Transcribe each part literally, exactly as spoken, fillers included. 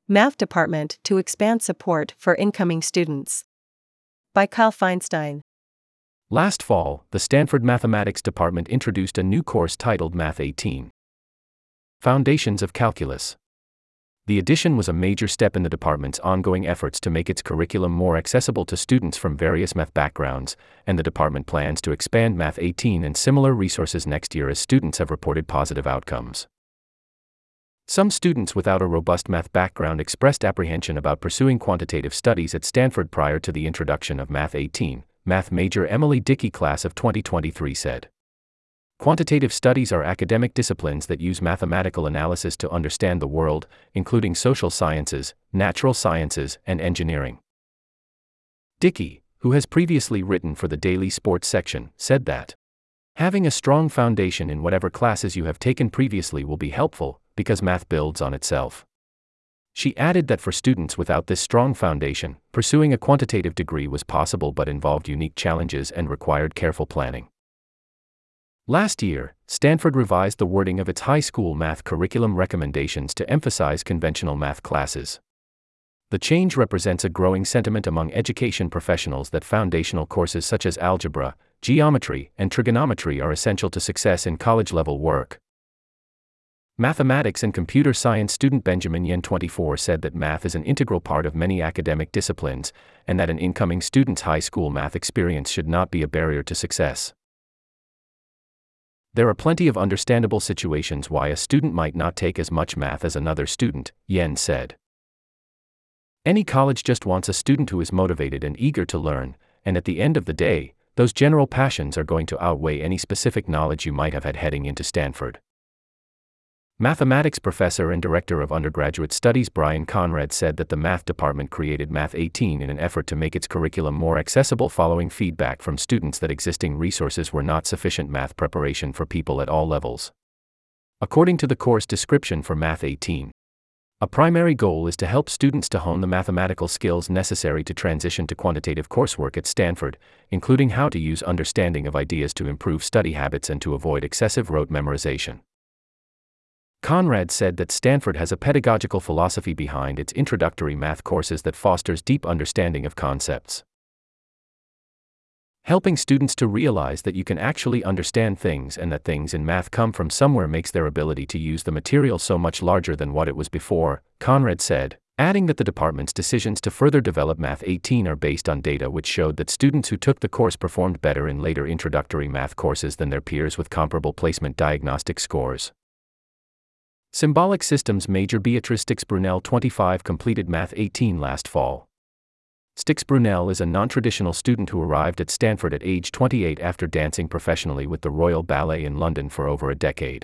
Math Department to expand support for incoming students. By Kyle Feinstein. Last fall, the Stanford Mathematics Department introduced a new course titled Math eighteen. Foundations of Calculus. The addition was a major step in the department's ongoing efforts to make its curriculum more accessible to students from various math backgrounds, and the department plans to expand Math eighteen and similar resources next year as students have reported positive outcomes. Some students without a robust math background expressed apprehension about pursuing quantitative studies at Stanford prior to the introduction of Math eighteen, math major Emily Dickey class of twenty twenty-three said. Quantitative studies are academic disciplines that use mathematical analysis to understand the world, including social sciences, natural sciences, and engineering. Dickey, who has previously written for the Daily Sports section, said that having a strong foundation in whatever classes you have taken previously will be helpful, because math builds on itself. She added that for students without this strong foundation, pursuing a quantitative degree was possible but involved unique challenges and required careful planning. Last year, Stanford revised the wording of its high school math curriculum recommendations to emphasize conventional math classes. The change represents a growing sentiment among education professionals that foundational courses such as algebra, geometry, and trigonometry are essential to success in college-level work. Mathematics and computer science student Benjamin Yen twenty-four said that math is an integral part of many academic disciplines, and that an incoming student's high school math experience should not be a barrier to success. There are plenty of understandable situations why a student might not take as much math as another student, Yen said. Any college just wants a student who is motivated and eager to learn, and at the end of the day, those general passions are going to outweigh any specific knowledge you might have had heading into Stanford. Mathematics professor and director of undergraduate studies Brian Conrad said that the math department created Math eighteen in an effort to make its curriculum more accessible following feedback from students that existing resources were not sufficient math preparation for people at all levels. According to the course description for Math eighteen, a primary goal is to help students to hone the mathematical skills necessary to transition to quantitative coursework at Stanford, including how to use understanding of ideas to improve study habits and to avoid excessive rote memorization. Conrad said that Stanford has a pedagogical philosophy behind its introductory math courses that fosters deep understanding of concepts. Helping students to realize that you can actually understand things and that things in math come from somewhere makes their ability to use the material so much larger than what it was before, Conrad said, adding that the department's decisions to further develop Math eighteen are based on data which showed that students who took the course performed better in later introductory math courses than their peers with comparable placement diagnostic scores. Symbolic Systems major Beatrice Stix-Brunel twenty-five completed Math eighteen last fall. Stix-Brunel is a non-traditional student who arrived at Stanford at age twenty-eight after dancing professionally with the Royal Ballet in London for over a decade.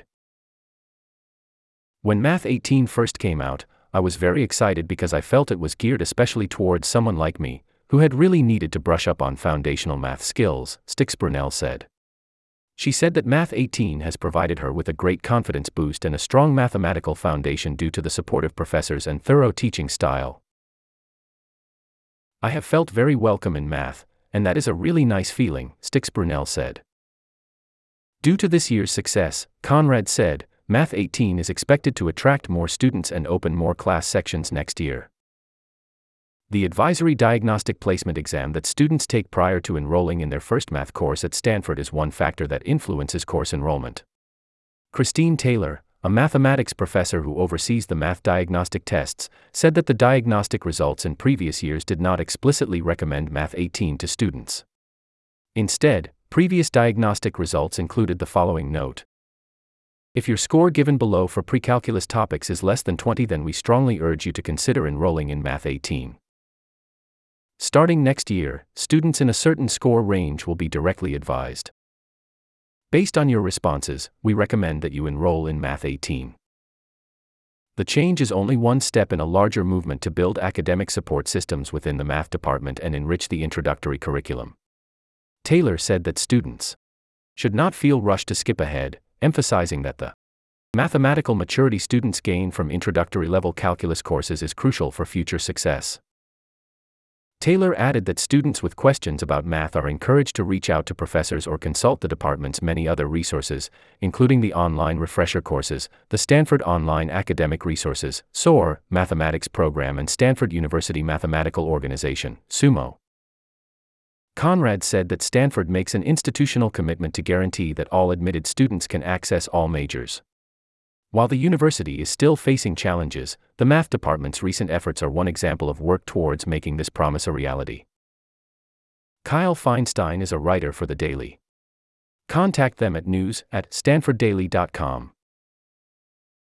When Math eighteen first came out, I was very excited because I felt it was geared especially towards someone like me, who had really needed to brush up on foundational math skills, Stix-Brunel said. She said that Math eighteen has provided her with a great confidence boost and a strong mathematical foundation due to the supportive professors and thorough teaching style. I have felt very welcome in math, and that is a really nice feeling, Stix-Brunel said. Due to this year's success, Conrad said, Math eighteen is expected to attract more students and open more class sections next year. The advisory diagnostic placement exam that students take prior to enrolling in their first math course at Stanford is one factor that influences course enrollment. Christine Taylor, a mathematics professor who oversees the math diagnostic tests, said that the diagnostic results in previous years did not explicitly recommend Math eighteen to students. Instead, previous diagnostic results included the following note. If your score given below for pre-calculus topics is less than twenty, then we strongly urge you to consider enrolling in Math eighteen. Starting next year, students in a certain score range will be directly advised. Based on your responses, we recommend that you enroll in Math eighteen. The change is only one step in a larger movement to build academic support systems within the math department and enrich the introductory curriculum. Taylor said that students should not feel rushed to skip ahead, emphasizing that the mathematical maturity students gain from introductory level calculus courses is crucial for future success. Taylor added that students with questions about math are encouraged to reach out to professors or consult the department's many other resources, including the online refresher courses, the Stanford Online Academic Resources (S O R) Mathematics Program, and Stanford University Mathematical Organization (SUMO). Conrad said that Stanford makes an institutional commitment to guarantee that all admitted students can access all majors. While the university is still facing challenges, the math department's recent efforts are one example of work towards making this promise a reality. Kyle Feinstein is a writer for The Daily. Contact them at news at stanford daily dot com.